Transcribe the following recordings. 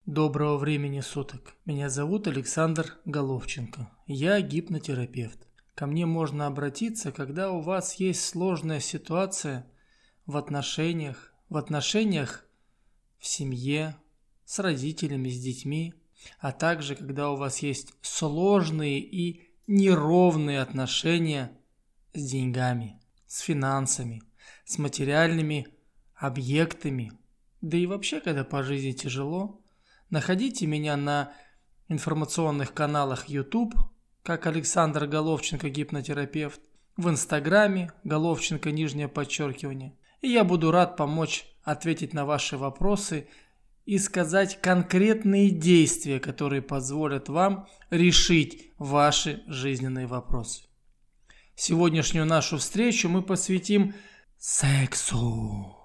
Доброго времени суток. Меня зовут Александр Головченко. Я гипнотерапевт. Ко мне можно обратиться, когда у вас есть сложная ситуация в отношениях в семье, с родителями, с детьми, а также когда у вас есть сложные и неровные отношения с деньгами, с финансами, с материальными объектами, да и вообще, когда по жизни тяжело. Находите меня на информационных каналах YouTube, как Александр Головченко, гипнотерапевт, в Инстаграме Головченко, _. И я буду рад помочь ответить на ваши вопросы и сказать конкретные действия, которые позволят вам решить ваши жизненные вопросы. Сегодняшнюю нашу встречу мы посвятим сексу.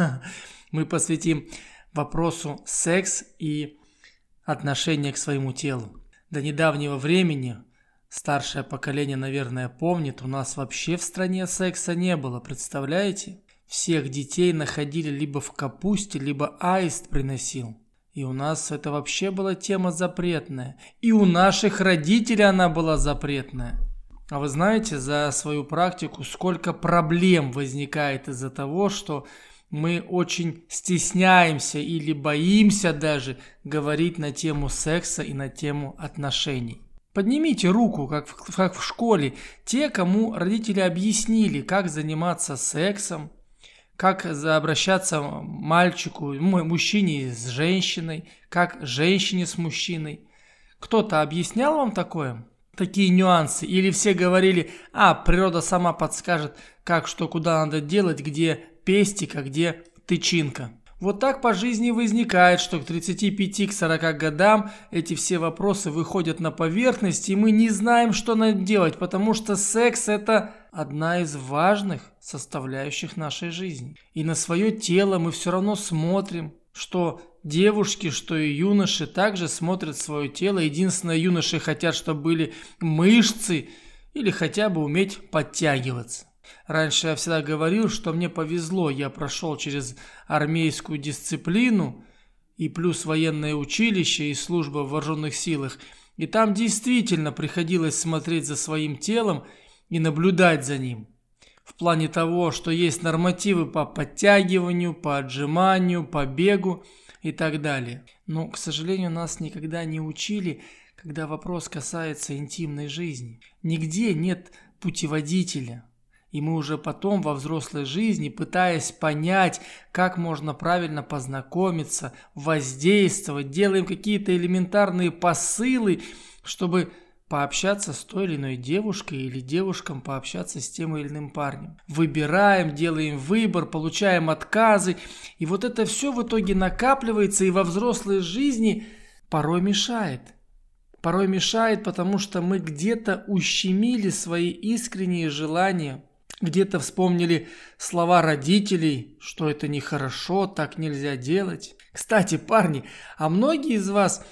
Мы посвятим вопросу секс и отношение к своему телу. До недавнего времени, старшее поколение, наверное, помнит, у нас вообще в стране секса не было, представляете? Всех детей находили либо в капусте, либо аист приносил. И у нас это вообще была тема запретная. И у наших родителей она была запретная. А вы знаете, за свою практику сколько проблем возникает из-за того, что мы очень стесняемся или боимся даже говорить на тему секса и на тему отношений. Поднимите руку, как в школе, те, кому родители объяснили, как заниматься сексом, как обращаться мужчине с женщиной, как женщине с мужчиной. Кто-то объяснял вам такое? Такие нюансы? Или все говорили, природа сама подскажет, как, что, куда надо делать, где пестик, а где тычинка. Вот так по жизни возникает, что к 35-40 годам эти все вопросы выходят на поверхность, и мы не знаем, что надо делать, потому что секс – это одна из важных составляющих нашей жизни. И на свое тело мы все равно смотрим, что девушки, что и юноши также смотрят свое тело. Единственное, юноши хотят, чтобы были мышцы или хотя бы уметь подтягиваться. Раньше я всегда говорил, что мне повезло, я прошел через армейскую дисциплину и плюс военное училище и служба в вооруженных силах. И там действительно приходилось смотреть за своим телом и наблюдать за ним. В плане того, что есть нормативы по подтягиванию, по отжиманию, по бегу и так далее. Но, к сожалению, нас никогда не учили, когда вопрос касается интимной жизни. Нигде нет путеводителя. И мы уже потом во взрослой жизни, пытаясь понять, как можно правильно познакомиться, воздействовать, делаем какие-то элементарные посылы, чтобы пообщаться с той или иной девушкой или девушкам пообщаться с тем или иным парнем. Выбираем, делаем выбор, получаем отказы. И вот это все в итоге накапливается и во взрослой жизни порой мешает. Порой мешает, потому что мы где-то ущемили свои искренние желания. Где-то вспомнили слова родителей, что это нехорошо, так нельзя делать. Кстати, парни, а многие из вас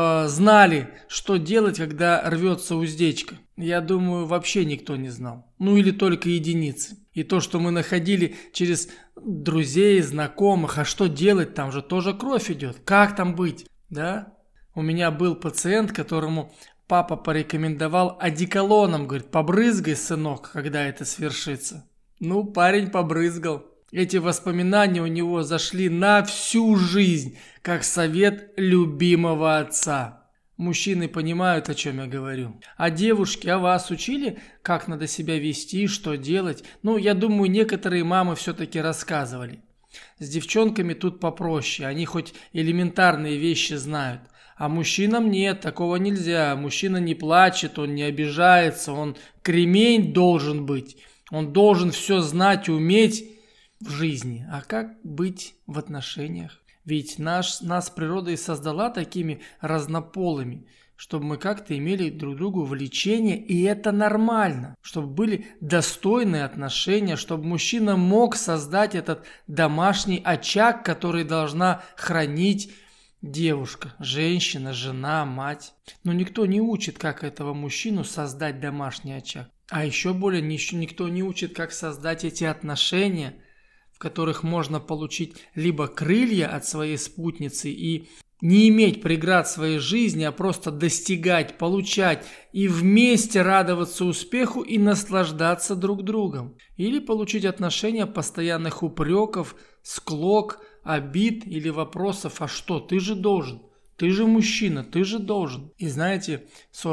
знали, что делать, когда рвется уздечка? Я думаю, вообще никто не знал. Ну или только единицы. И то, что мы находили через друзей, знакомых, а что делать, там же тоже кровь идет. Как там быть? Да? У меня был пациент, которому папа порекомендовал одеколоном, говорит, побрызгай, сынок, когда это свершится. Ну, парень побрызгал. Эти воспоминания у него зашли на всю жизнь, как совет любимого отца. Мужчины понимают, о чем я говорю. А девушки, а вас учили, как надо себя вести, что делать? Ну, я думаю, некоторые мамы все-таки рассказывали. С девчонками тут попроще, они хоть элементарные вещи знают. А мужчинам нет, такого нельзя. Мужчина не плачет, он не обижается, он кремень должен быть. Он должен все знать, уметь в жизни. А как быть в отношениях? Ведь нас природа и создала такими разнополыми, чтобы мы как-то имели друг к другу влечение, и это нормально. Чтобы были достойные отношения, чтобы мужчина мог создать этот домашний очаг, который должна хранить девушка, женщина, жена, мать. Но никто не учит, как этого мужчину создать домашний очаг. А еще более никто не учит, как создать эти отношения, в которых можно получить либо крылья от своей спутницы и Не иметь преград в своей жизни, а просто достигать, получать и вместе радоваться успеху и наслаждаться друг другом. Или получить отношения постоянных упреков, склок, обид или вопросов: а что, ты же должен, ты же мужчина, ты же должен. И знаете,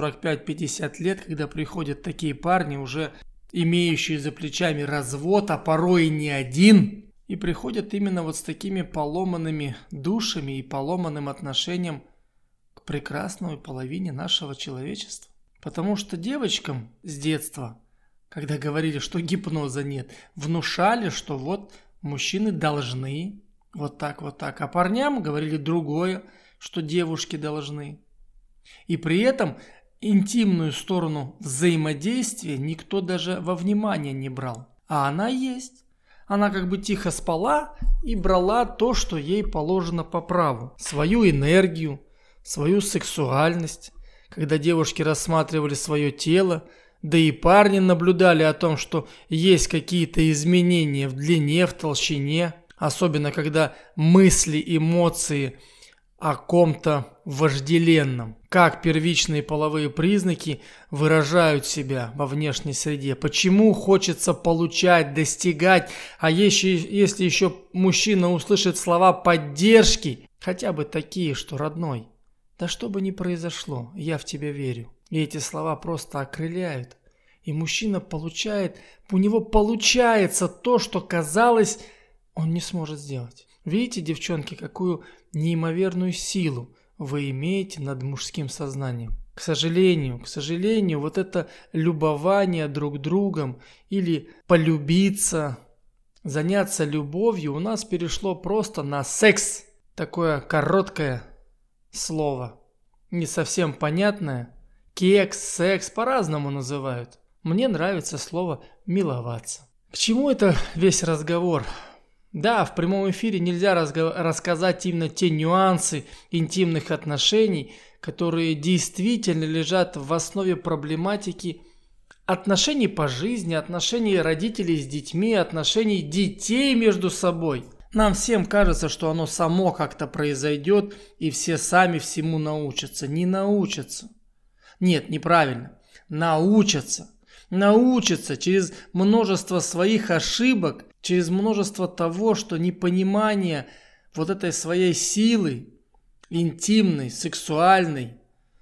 45-50 лет, когда приходят такие парни, уже имеющие за плечами развод, а порой и не один, и приходят именно вот с такими поломанными душами и поломанным отношением к прекрасной половине нашего человечества. Потому что девочкам с детства, когда говорили, что гипноза нет, внушали, что вот мужчины должны вот так, а парням говорили другое, что девушки должны. И при этом интимную сторону взаимодействия никто даже во внимание не брал. А она есть. Она как бы тихо спала и брала то, что ей положено по праву. Свою энергию, свою сексуальность. Когда девушки рассматривали свое тело, да и парни наблюдали о том, что есть какие-то изменения в длине, в толщине. Особенно когда мысли, эмоции о ком-то вожделенном. Как первичные половые признаки выражают себя во внешней среде. Почему хочется получать, достигать, а если еще мужчина услышит слова поддержки, хотя бы такие, что родной, да что бы ни произошло, я в тебя верю. И эти слова просто окрыляют. И мужчина получает, у него получается то, что казалось, он не сможет сделать. Видите, девчонки, какую неимоверную силу вы имеете над мужским сознанием. К сожалению, вот это любование друг другом или полюбиться, заняться любовью у нас перешло просто на секс. Такое короткое слово, не совсем понятное. Кекс, секс по-разному называют. Мне нравится слово «миловаться». К чему это весь разговор? Да, в прямом эфире нельзя рассказать именно те нюансы интимных отношений, которые действительно лежат в основе проблематики отношений по жизни, отношений родителей с детьми, отношений детей между собой. Нам всем кажется, что оно само как-то произойдет, и все сами всему научатся. Не научатся. Нет, неправильно. Научатся через множество своих ошибок, через множество того, что непонимание вот этой своей силы, интимной, сексуальной,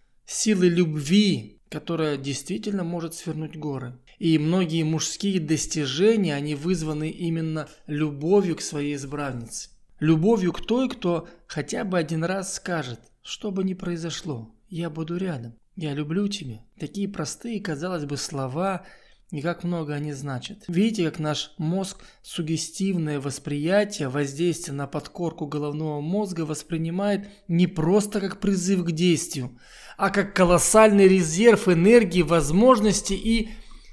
силы любви, которая действительно может свернуть горы. И многие мужские достижения, они вызваны именно любовью к своей избраннице. Любовью к той, кто хотя бы один раз скажет: что бы ни произошло, я буду рядом. Я люблю тебя. Такие простые, казалось бы, слова, и как много они значат. Видите, как наш мозг суггестивное восприятие, воздействие на подкорку головного мозга воспринимает не просто как призыв к действию, а как колоссальный резерв энергии, возможностей и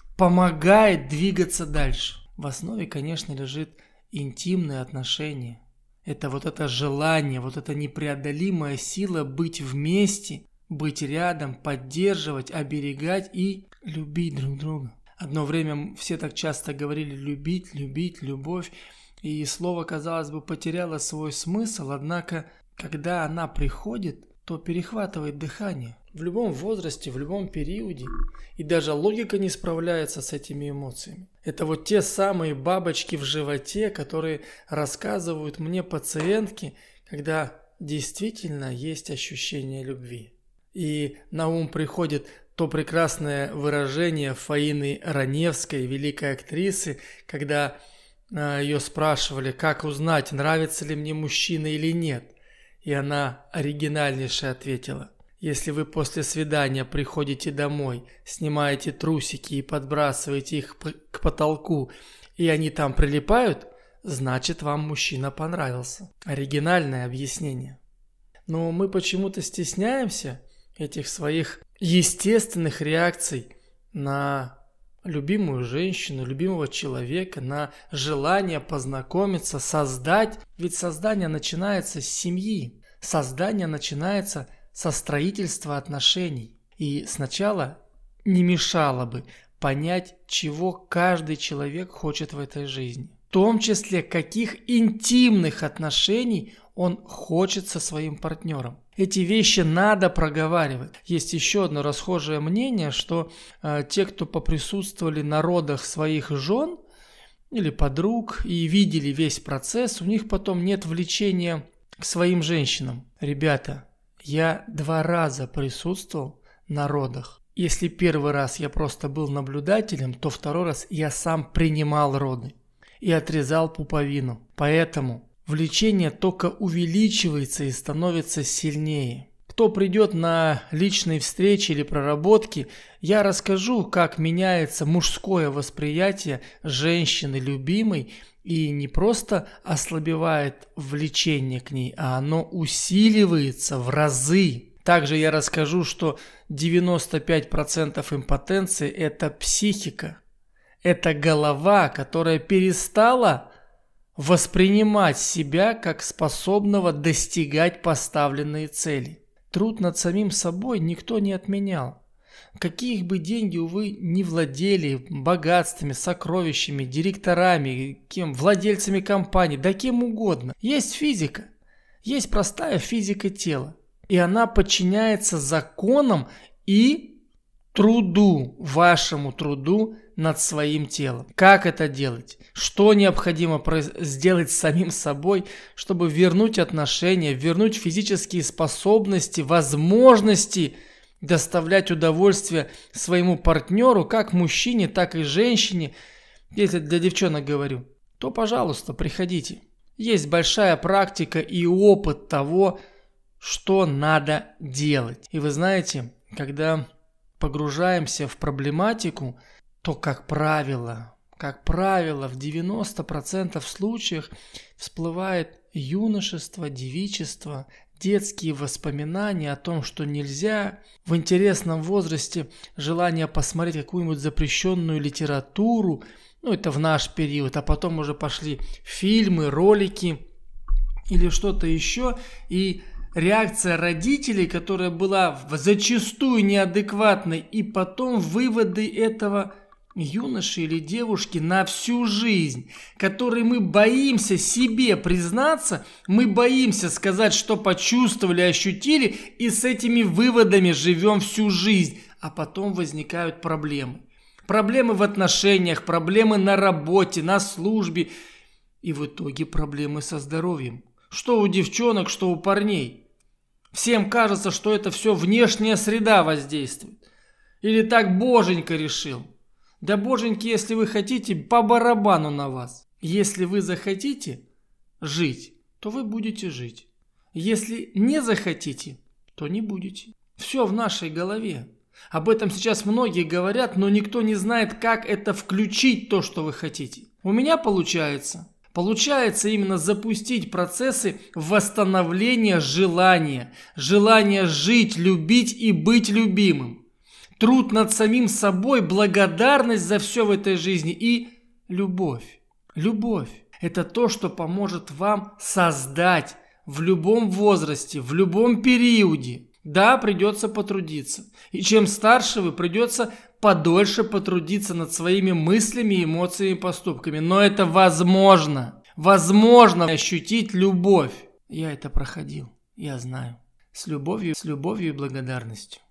помогает двигаться дальше. В основе, конечно, лежит интимные отношения. Это вот это желание, вот эта непреодолимая сила быть вместе, быть рядом, поддерживать, оберегать и любить друг друга. Одно время все так часто говорили любить, любовь, и слово, казалось бы, потеряло свой смысл, однако, когда она приходит, то перехватывает дыхание. В любом возрасте, в любом периоде, и даже логика не справляется с этими эмоциями. Это вот те самые бабочки в животе, которые рассказывают мне пациентки, когда действительно есть ощущение любви. И на ум приходит то прекрасное выражение Фаины Раневской, великой актрисы, когда ее спрашивали, как узнать, нравится ли мне мужчина или нет. И она оригинальнейше ответила: если вы после свидания приходите домой, снимаете трусики и подбрасываете их к потолку, и они там прилипают, значит, вам мужчина понравился. Оригинальное объяснение. Но мы почему-то стесняемся этих своих естественных реакций на любимую женщину, любимого человека, на желание познакомиться, создать. Ведь создание начинается с семьи, создание начинается со строительства отношений. И сначала не мешало бы понять, чего каждый человек хочет в этой жизни. том числе каких интимных отношений он хочет со своим партнером. Эти вещи надо проговаривать. Есть еще одно расхожее мнение, что те, кто поприсутствовали на родах своих жен или подруг и видели весь процесс, у них потом нет влечения к своим женщинам. Ребята, я 2 раза присутствовал на родах. Если первый раз я просто был наблюдателем, то второй раз я сам принимал роды и отрезал пуповину. Поэтому влечение только увеличивается и становится сильнее. Кто придет на личные встречи или проработки, я расскажу, как меняется мужское восприятие женщины любимой и не просто ослабевает влечение к ней, а оно усиливается в разы. Также я расскажу, что 95% импотенции – это психика. Это голова, которая перестала воспринимать себя как способного достигать поставленные цели. Труд над самим собой никто не отменял. Каких бы деньги, увы, не владели, богатствами, сокровищами, директорами, владельцами компаний, да кем угодно. Есть физика, есть простая физика тела. И она подчиняется законам и труду, вашему труду над своим телом. Как это делать? Что необходимо сделать с самим собой, чтобы вернуть отношения, вернуть физические способности, возможности доставлять удовольствие своему партнеру, как мужчине, так и женщине. Если для девчонок говорю, то, пожалуйста, приходите. Есть большая практика и опыт того, что надо делать. И вы знаете, когда погружаемся в проблематику, то, как правило, в 90% случаев всплывает юношество, девичество, детские воспоминания о том, что нельзя, в интересном возрасте желание посмотреть какую-нибудь запрещенную литературу, это в наш период, а потом уже пошли фильмы, ролики или что-то еще, и реакция родителей, которая была зачастую неадекватной, и потом выводы этого юноши или девушки на всю жизнь, которые мы боимся себе признаться, мы боимся сказать, что почувствовали, ощутили, и с этими выводами живем всю жизнь, а потом возникают проблемы. Проблемы в отношениях, проблемы на работе, на службе, и в итоге проблемы со здоровьем. Что у девчонок, что у парней. Всем кажется, что это все внешняя среда воздействует. Или так Боженька решил. Да Боженьки, если вы хотите, по барабану на вас. Если вы захотите жить, то вы будете жить. Если не захотите, то не будете. Все в нашей голове. Об этом сейчас многие говорят, но никто не знает, как это включить, то, что вы хотите. У меня получается. Получается именно запустить процессы восстановления желания. Желания жить, любить и быть любимым. Труд над самим собой, благодарность за все в этой жизни и любовь. Любовь – это то, что поможет вам создать в любом возрасте, в любом периоде. Да, придется потрудиться. И чем старше вы, придется подольше потрудиться над своими мыслями, эмоциями и поступками. Но это возможно. Возможно ощутить любовь. Я это проходил, я знаю. С любовью и благодарностью.